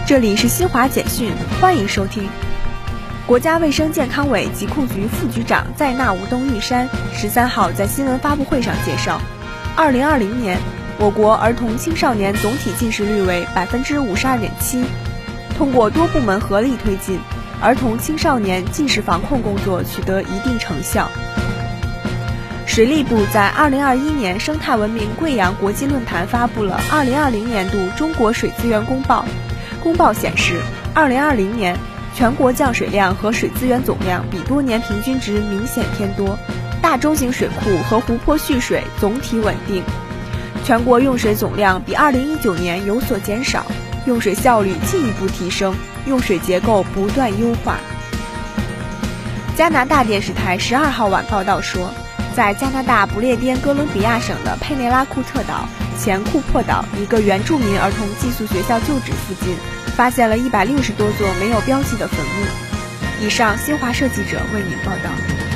这里是新华简讯，欢迎收听。国家卫生健康委疾控局副局长在纳吴东玉山13号在新闻发布会上介绍，2020年我国儿童青少年总体近视率为52.7%，通过多部门合力推进，儿童青少年近视防控工作取得一定成效。水利部在2021年生态文明贵阳国际论坛发布了2020年度中国水资源公报。公报显示，2020年全国降水量和水资源总量比多年平均值明显偏多，大中型水库和湖泊蓄水总体稳定，全国用水总量比2019年有所减少，用水效率进一步提升，用水结构不断优化。加拿大电视台12号晚报道说，在加拿大不列颠哥伦比亚省的佩内拉库特岛前库珀岛一个原住民儿童寄宿学校旧址附近，发现了160多座没有标记的坟墓。以上，新华社记者为您报道。